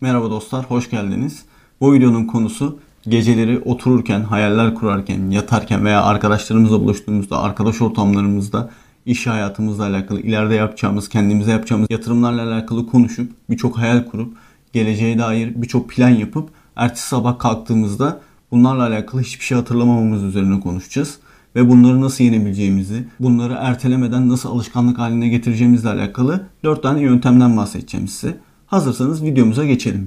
Merhaba dostlar, hoş geldiniz. Bu videonun konusu geceleri otururken, hayaller kurarken, yatarken veya arkadaşlarımızla buluştuğumuzda, arkadaş ortamlarımızda, iş hayatımızla alakalı, ileride yapacağımız, kendimize yapacağımız yatırımlarla alakalı konuşup, birçok hayal kurup, geleceğe dair birçok plan yapıp, ertesi sabah kalktığımızda bunlarla alakalı hiçbir şey hatırlamamamız üzerine konuşacağız. Ve bunları nasıl yenebileceğimizi, bunları ertelemeden nasıl alışkanlık haline getireceğimizle alakalı 4 tane yöntemden bahsedeceğim size. Hazırsanız videomuza geçelim.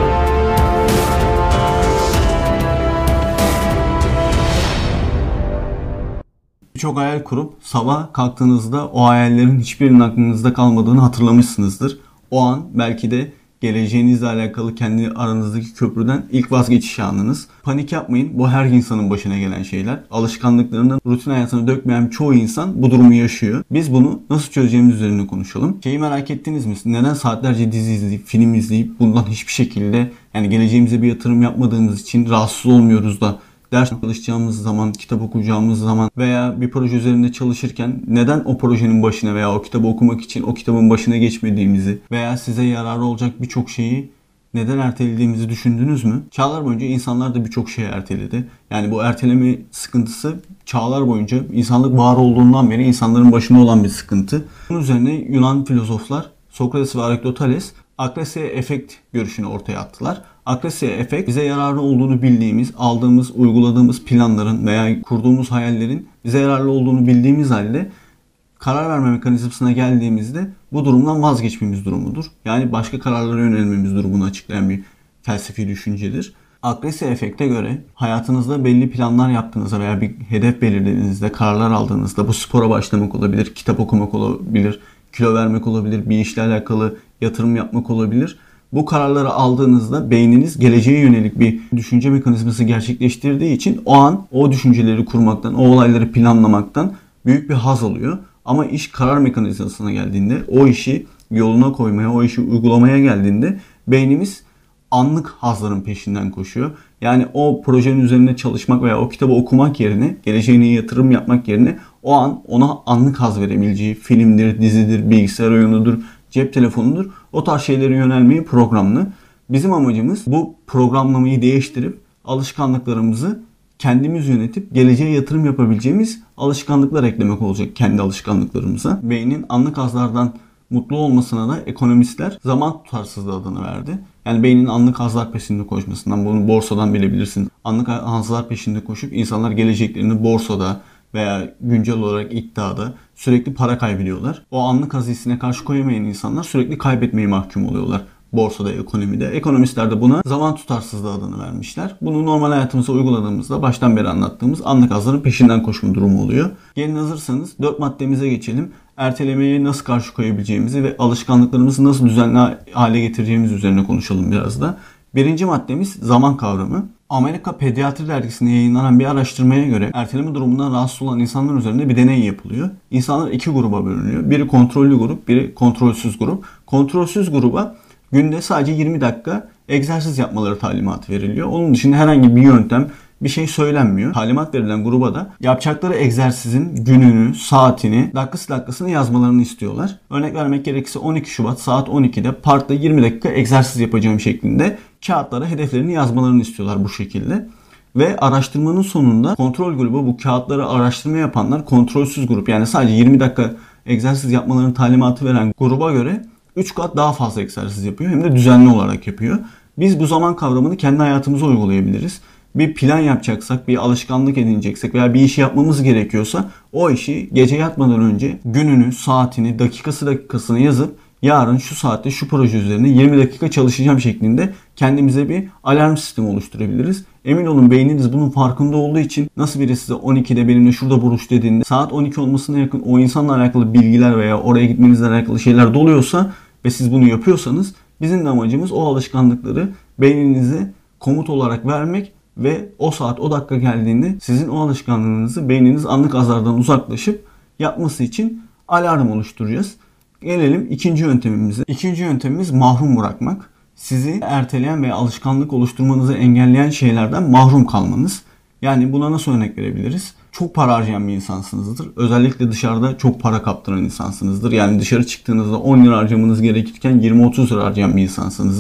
Birçok hayal kurup sabah kalktığınızda o hayallerin hiçbirinin aklınızda kalmadığını hatırlamışsınızdır. O an belki de geleceğinizle alakalı kendi aranızdaki köprüden ilk vazgeçiş anınız. Panik yapmayın. Bu her insanın başına gelen şeyler. Alışkanlıklarını rutin hayatına dökmeyen çoğu insan bu durumu yaşıyor. Biz bunu nasıl çözeceğimiz üzerine konuşalım. Şeyi merak ettiniz mi? Neden saatlerce dizi izleyip, film izleyip bundan hiçbir şekilde geleceğimize bir yatırım yapmadığımız için rahatsız olmuyoruz da ders çalışacağımız zaman, kitap okuyacağımız zaman veya bir proje üzerinde çalışırken neden o projenin başına veya o kitabı okumak için o kitabın başına geçmediğimizi veya size yararı olacak birçok şeyi neden ertelediğimizi düşündünüz mü? Çağlar boyunca insanlar da birçok şeyi erteledi. Yani bu erteleme sıkıntısı çağlar boyunca insanlık var olduğundan beri insanların başında olan bir sıkıntı. Bunun üzerine Yunan filozoflar Sokrates ve Aristoteles Akrasiya efekt görüşünü ortaya attılar. Akrasiya efekt bize yararlı olduğunu bildiğimiz, aldığımız, uyguladığımız planların veya kurduğumuz hayallerin bize yararlı olduğunu bildiğimiz halde karar verme mekanizmasına geldiğimizde bu durumdan vazgeçmemiz durumudur. Yani başka kararlara yönelmemiz durumunu açıklayan bir felsefi düşüncedir. Akrasiya efekte göre hayatınızda belli planlar yaptığınızda veya bir hedef belirlediğinizde, kararlar aldığınızda bu spora başlamak olabilir, kitap okumak olabilir, kilo vermek olabilir, bir işle alakalı yatırım yapmak olabilir. Bu kararları aldığınızda beyniniz geleceğe yönelik bir düşünce mekanizması gerçekleştirdiği için o an o düşünceleri kurmaktan, o olayları planlamaktan büyük bir haz alıyor. Ama iş karar mekanizmasına geldiğinde, o işi yoluna koymaya, o işi uygulamaya geldiğinde beynimiz anlık hazların peşinden koşuyor. Yani o projenin üzerinde çalışmak veya o kitabı okumak yerine, geleceğine yatırım yapmak yerine o an ona anlık haz verebileceği filmdir, dizidir, bilgisayar oyunudur, cep telefonudur. O tarz şeylere yönelmeyi programlı. Bizim amacımız bu programlamayı değiştirip alışkanlıklarımızı kendimiz yönetip geleceğe yatırım yapabileceğimiz alışkanlıklar eklemek olacak kendi alışkanlıklarımıza. Beynin anlık hazlardan mutlu olmasına da ekonomistler zaman tutarsızlığı adını verdi. Yani beynin anlık hazlar peşinde koşmasından, bunu borsadan bilebilirsiniz. Anlık hazlar peşinde koşup insanlar geleceklerini borsada veya güncel olarak iddiada sürekli para kaybediyorlar. O anlık haz hissine karşı koyamayan insanlar sürekli kaybetmeye mahkum oluyorlar. Borsada, ekonomide. Ekonomistler de buna zaman tutarsızlığı adını vermişler. Bunu normal hayatımıza uyguladığımızda baştan beri anlattığımız anlık hazların peşinden koşma durumu oluyor. Gelin hazırsanız 4 maddemize geçelim. Ertelemeye nasıl karşı koyabileceğimizi ve alışkanlıklarımızı nasıl düzenli hale getireceğimiz üzerine konuşalım biraz da. Birinci maddemiz zaman kavramı. Amerika Pediatri Dergisi'nde yayınlanan bir araştırmaya göre erteleme durumundan rahatsız olan insanlar üzerinde bir deney yapılıyor. İnsanlar 2 gruba bölünüyor. Biri kontrollü grup, biri kontrolsüz grup. Kontrolsüz gruba günde sadece 20 dakika egzersiz yapmaları talimatı veriliyor. Onun dışında herhangi bir yöntem, bir şey söylenmiyor. Talimat verilen gruba da yapacakları egzersizin gününü, saatini, dakikasını yazmalarını istiyorlar. Örnek vermek gerekirse 12 Şubat saat 12'de parkta 20 dakika egzersiz yapacağım şeklinde kağıtlara hedeflerini yazmalarını istiyorlar bu şekilde. Ve araştırmanın sonunda kontrol grubu, bu kağıtları araştırma yapanlar kontrolsüz grup, yani sadece 20 dakika egzersiz yapmalarını talimatı veren gruba göre 3 kat daha fazla egzersiz yapıyor, hem de düzenli olarak yapıyor. Biz bu zaman kavramını kendi hayatımıza uygulayabiliriz. Bir plan yapacaksak, bir alışkanlık edineceksek veya bir işi yapmamız gerekiyorsa o işi gece yatmadan önce gününü, saatini, dakikasını yazıp yarın şu saatte şu proje üzerine 20 dakika çalışacağım şeklinde kendimize bir alarm sistemi oluşturabiliriz. Emin olun beyniniz bunun farkında olduğu için nasıl biri size 12'de benimle şurada buluş dediğinde saat 12 olmasına yakın o insanla alakalı bilgiler veya oraya gitmenizle alakalı şeyler doluyorsa ve siz bunu yapıyorsanız bizim de amacımız o alışkanlıkları beyninize komut olarak vermek ve o saat o dakika geldiğinde sizin o alışkanlığınızı beyniniz anlık hazlardan uzaklaşıp yapması için alarm oluşturacağız. Gelelim ikinci yöntemimize. İkinci yöntemimiz mahrum bırakmak. Sizi erteleyen ve alışkanlık oluşturmanızı engelleyen şeylerden mahrum kalmanız. Yani buna nasıl örnek verebiliriz? Çok para harcayan bir insansınızdır. Özellikle dışarıda çok para kaptıran insansınızdır. Yani dışarı çıktığınızda 10 lira harcamanız gerekirken 20-30 lira harcayan bir insansınızdır.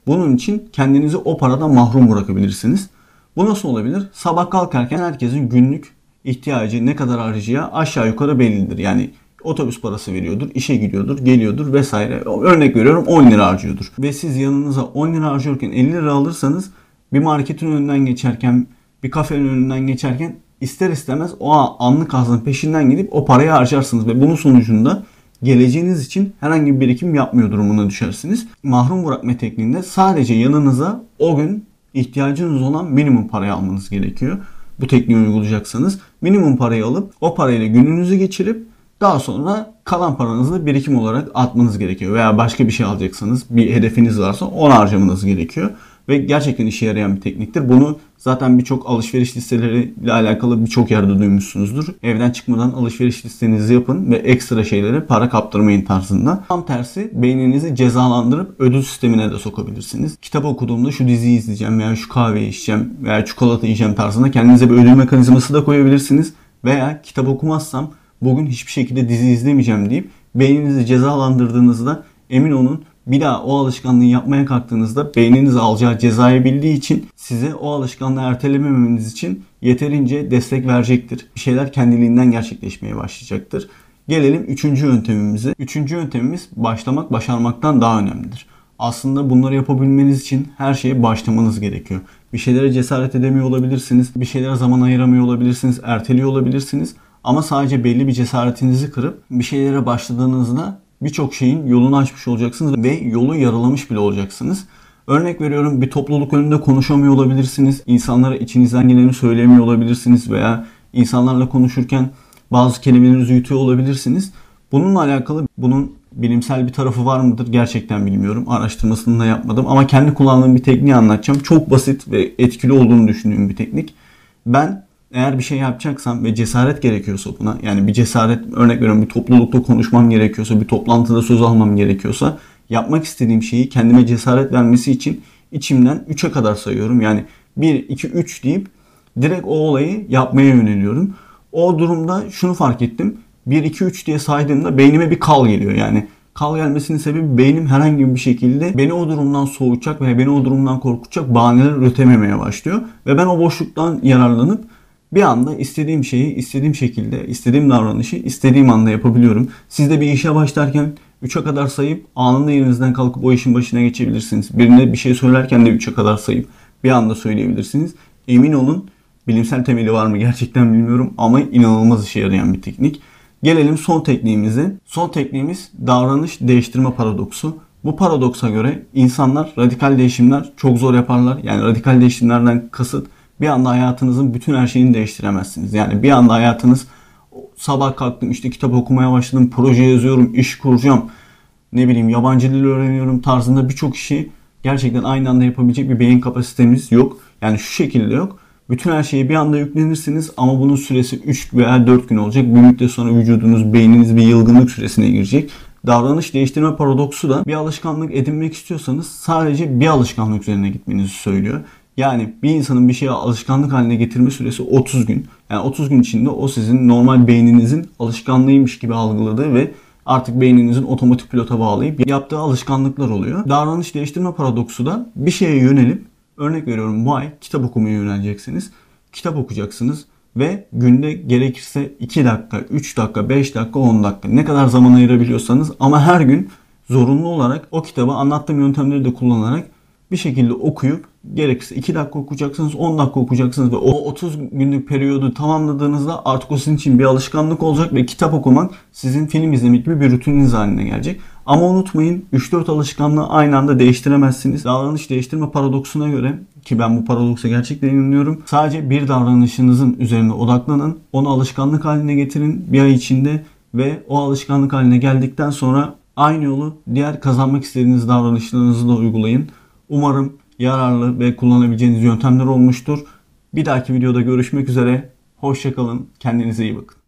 Bunun için kendinizi o paradan mahrum bırakabilirsiniz. Bu nasıl olabilir? Sabah kalkarken herkesin günlük ihtiyacı ne kadar harcayacağı aşağı yukarı bellidir. Yani otobüs parası veriyordur, işe gidiyordur, geliyordur vesaire. Örnek veriyorum 10 lira harcıyordur. Ve siz yanınıza 10 lira harcıyorken 50 lira alırsanız bir marketin önünden geçerken, bir kafenin önünden geçerken ister istemez o anlık hazın peşinden gidip o parayı harcarsınız. Ve bunun sonucunda geleceğiniz için herhangi bir birikim yapmıyor durumuna düşersiniz. Mahrum bırakma tekniğinde sadece yanınıza o gün ihtiyacınız olan minimum parayı almanız gerekiyor. Bu tekniği uygulayacaksanız minimum parayı alıp o parayla gününüzü geçirip daha sonra kalan paranızı birikim olarak atmanız gerekiyor. Veya başka bir şey alacaksanız, bir hedefiniz varsa onu harcamanız gerekiyor. Ve gerçekten işe yarayan bir tekniktir. Bunu zaten birçok alışveriş listeleriyle alakalı birçok yerde duymuşsunuzdur. Evden çıkmadan alışveriş listenizi yapın ve ekstra şeylere para kaptırmayın tarzında. Tam tersi beyninizi cezalandırıp ödül sistemine de sokabilirsiniz. Kitap okuduğumda şu diziyi izleyeceğim veya şu kahveyi içeceğim veya çikolata yiyeceğim tarzında kendinize bir ödül mekanizması da koyabilirsiniz. Veya kitap okumazsam bugün hiçbir şekilde dizi izlemeyeceğim deyip beyninizi cezalandırdığınızda emin olun bir daha o alışkanlığı yapmaya kalktığınızda beyniniz alacağı cezayı bildiği için size o alışkanlığı ertelememeniz için yeterince destek verecektir. Bir şeyler kendiliğinden gerçekleşmeye başlayacaktır. Gelelim 3. yöntemimize. 3. yöntemimiz başlamak başarmaktan daha önemlidir. Aslında bunları yapabilmeniz için her şeye başlamanız gerekiyor. Bir şeylere cesaret edemiyor olabilirsiniz. Bir şeylere zaman ayıramıyor olabilirsiniz. Erteliyor olabilirsiniz. Ama sadece belli bir cesaretinizi kırıp bir şeylere başladığınızda birçok şeyin yolunu açmış olacaksınız ve yolu yaralamış bile olacaksınız. Örnek veriyorum bir topluluk önünde konuşamıyor olabilirsiniz. İnsanlara içinizden geleni söyleyemiyor olabilirsiniz veya insanlarla konuşurken bazı kelimelerinizi yutuyor olabilirsiniz. Bununla alakalı bunun bilimsel bir tarafı var mıdır gerçekten bilmiyorum. Araştırmasını da yapmadım ama kendi kullandığım bir tekniği anlatacağım. Çok basit ve etkili olduğunu düşündüğüm bir teknik. Ben eğer bir şey yapacaksam ve cesaret gerekiyorsa buna, yani bir cesaret, örnek veriyorum bir toplulukta konuşmam gerekiyorsa, bir toplantıda söz almam gerekiyorsa, yapmak istediğim şeyi kendime cesaret vermesi için içimden 3'e kadar sayıyorum. Yani 1, 2, 3 deyip direkt o olayı yapmaya yöneliyorum. O durumda şunu fark ettim. 1, 2, 3 diye saydığımda beynime bir kal geliyor. Yani kal gelmesinin sebebi beynim herhangi bir şekilde beni o durumdan soğutacak veya beni o durumdan korkutacak bahaneler üretememeye başlıyor. Ve ben o boşluktan yararlanıp bir anda istediğim şeyi, istediğim şekilde, istediğim davranışı istediğim anda yapabiliyorum. Siz de bir işe başlarken 3'e kadar sayıp anında yerinizden kalkıp o işin başına geçebilirsiniz. Birine bir şey söylerken de 3'e kadar sayıp bir anda söyleyebilirsiniz. Emin olun bilimsel temeli var mı gerçekten bilmiyorum ama inanılmaz işe yarayan bir teknik. Gelelim son tekniğimize. Son tekniğimiz davranış değiştirme paradoksu. Bu paradoksa göre insanlar radikal değişimler çok zor yaparlar. Yani radikal değişimlerden kasıt bir anda hayatınızın bütün her şeyini değiştiremezsiniz. Yani bir anda hayatınız sabah kalktım işte kitap okumaya başladım, proje yazıyorum, iş kuracağım, ne bileyim yabancı dil öğreniyorum tarzında birçok işi gerçekten aynı anda yapabilecek bir beyin kapasitemiz yok. Yani şu şekilde yok. Bütün her şeye bir anda yüklenirsiniz ama bunun süresi 3 veya 4 gün olacak. Bir müddet sonra vücudunuz, beyniniz bir yılgınlık süresine girecek. Davranış değiştirme paradoksu da bir alışkanlık edinmek istiyorsanız sadece bir alışkanlık üzerine gitmenizi söylüyor. Yani bir insanın bir şeye alışkanlık haline getirme süresi 30 gün. Yani 30 gün içinde o sizin normal beyninizin alışkanlığıymış gibi algıladığı ve artık beyninizin otomatik pilota bağlayıp yaptığı alışkanlıklar oluyor. Davranış değiştirme paradoksu da bir şeye yönelip, örnek veriyorum bu ay kitap okumaya yöneleceksiniz. Kitap okuyacaksınız ve günde gerekirse 2 dakika, 3 dakika, 5 dakika, 10 dakika ne kadar zaman ayırabiliyorsanız ama her gün zorunlu olarak o kitabı anlattığım yöntemleri de kullanarak bir şekilde okuyup gerekirse 2 dakika okuyacaksınız, 10 dakika okuyacaksınız ve o 30 günlük periyodu tamamladığınızda artık o sizin için bir alışkanlık olacak ve kitap okumak sizin film izlemek gibi bir rutininiz haline gelecek. Ama unutmayın 3-4 alışkanlığı aynı anda değiştiremezsiniz. Davranış değiştirme paradoksuna göre ki ben bu paradoksa gerçekten inanıyorum. Sadece bir davranışınızın üzerine odaklanın. Onu alışkanlık haline getirin bir ay içinde ve o alışkanlık haline geldikten sonra aynı yolu diğer kazanmak istediğiniz davranışlarınızı da uygulayın. Umarım yararlı ve kullanabileceğiniz yöntemler olmuştur. Bir dahaki videoda görüşmek üzere. Hoşça kalın. Kendinize iyi bakın.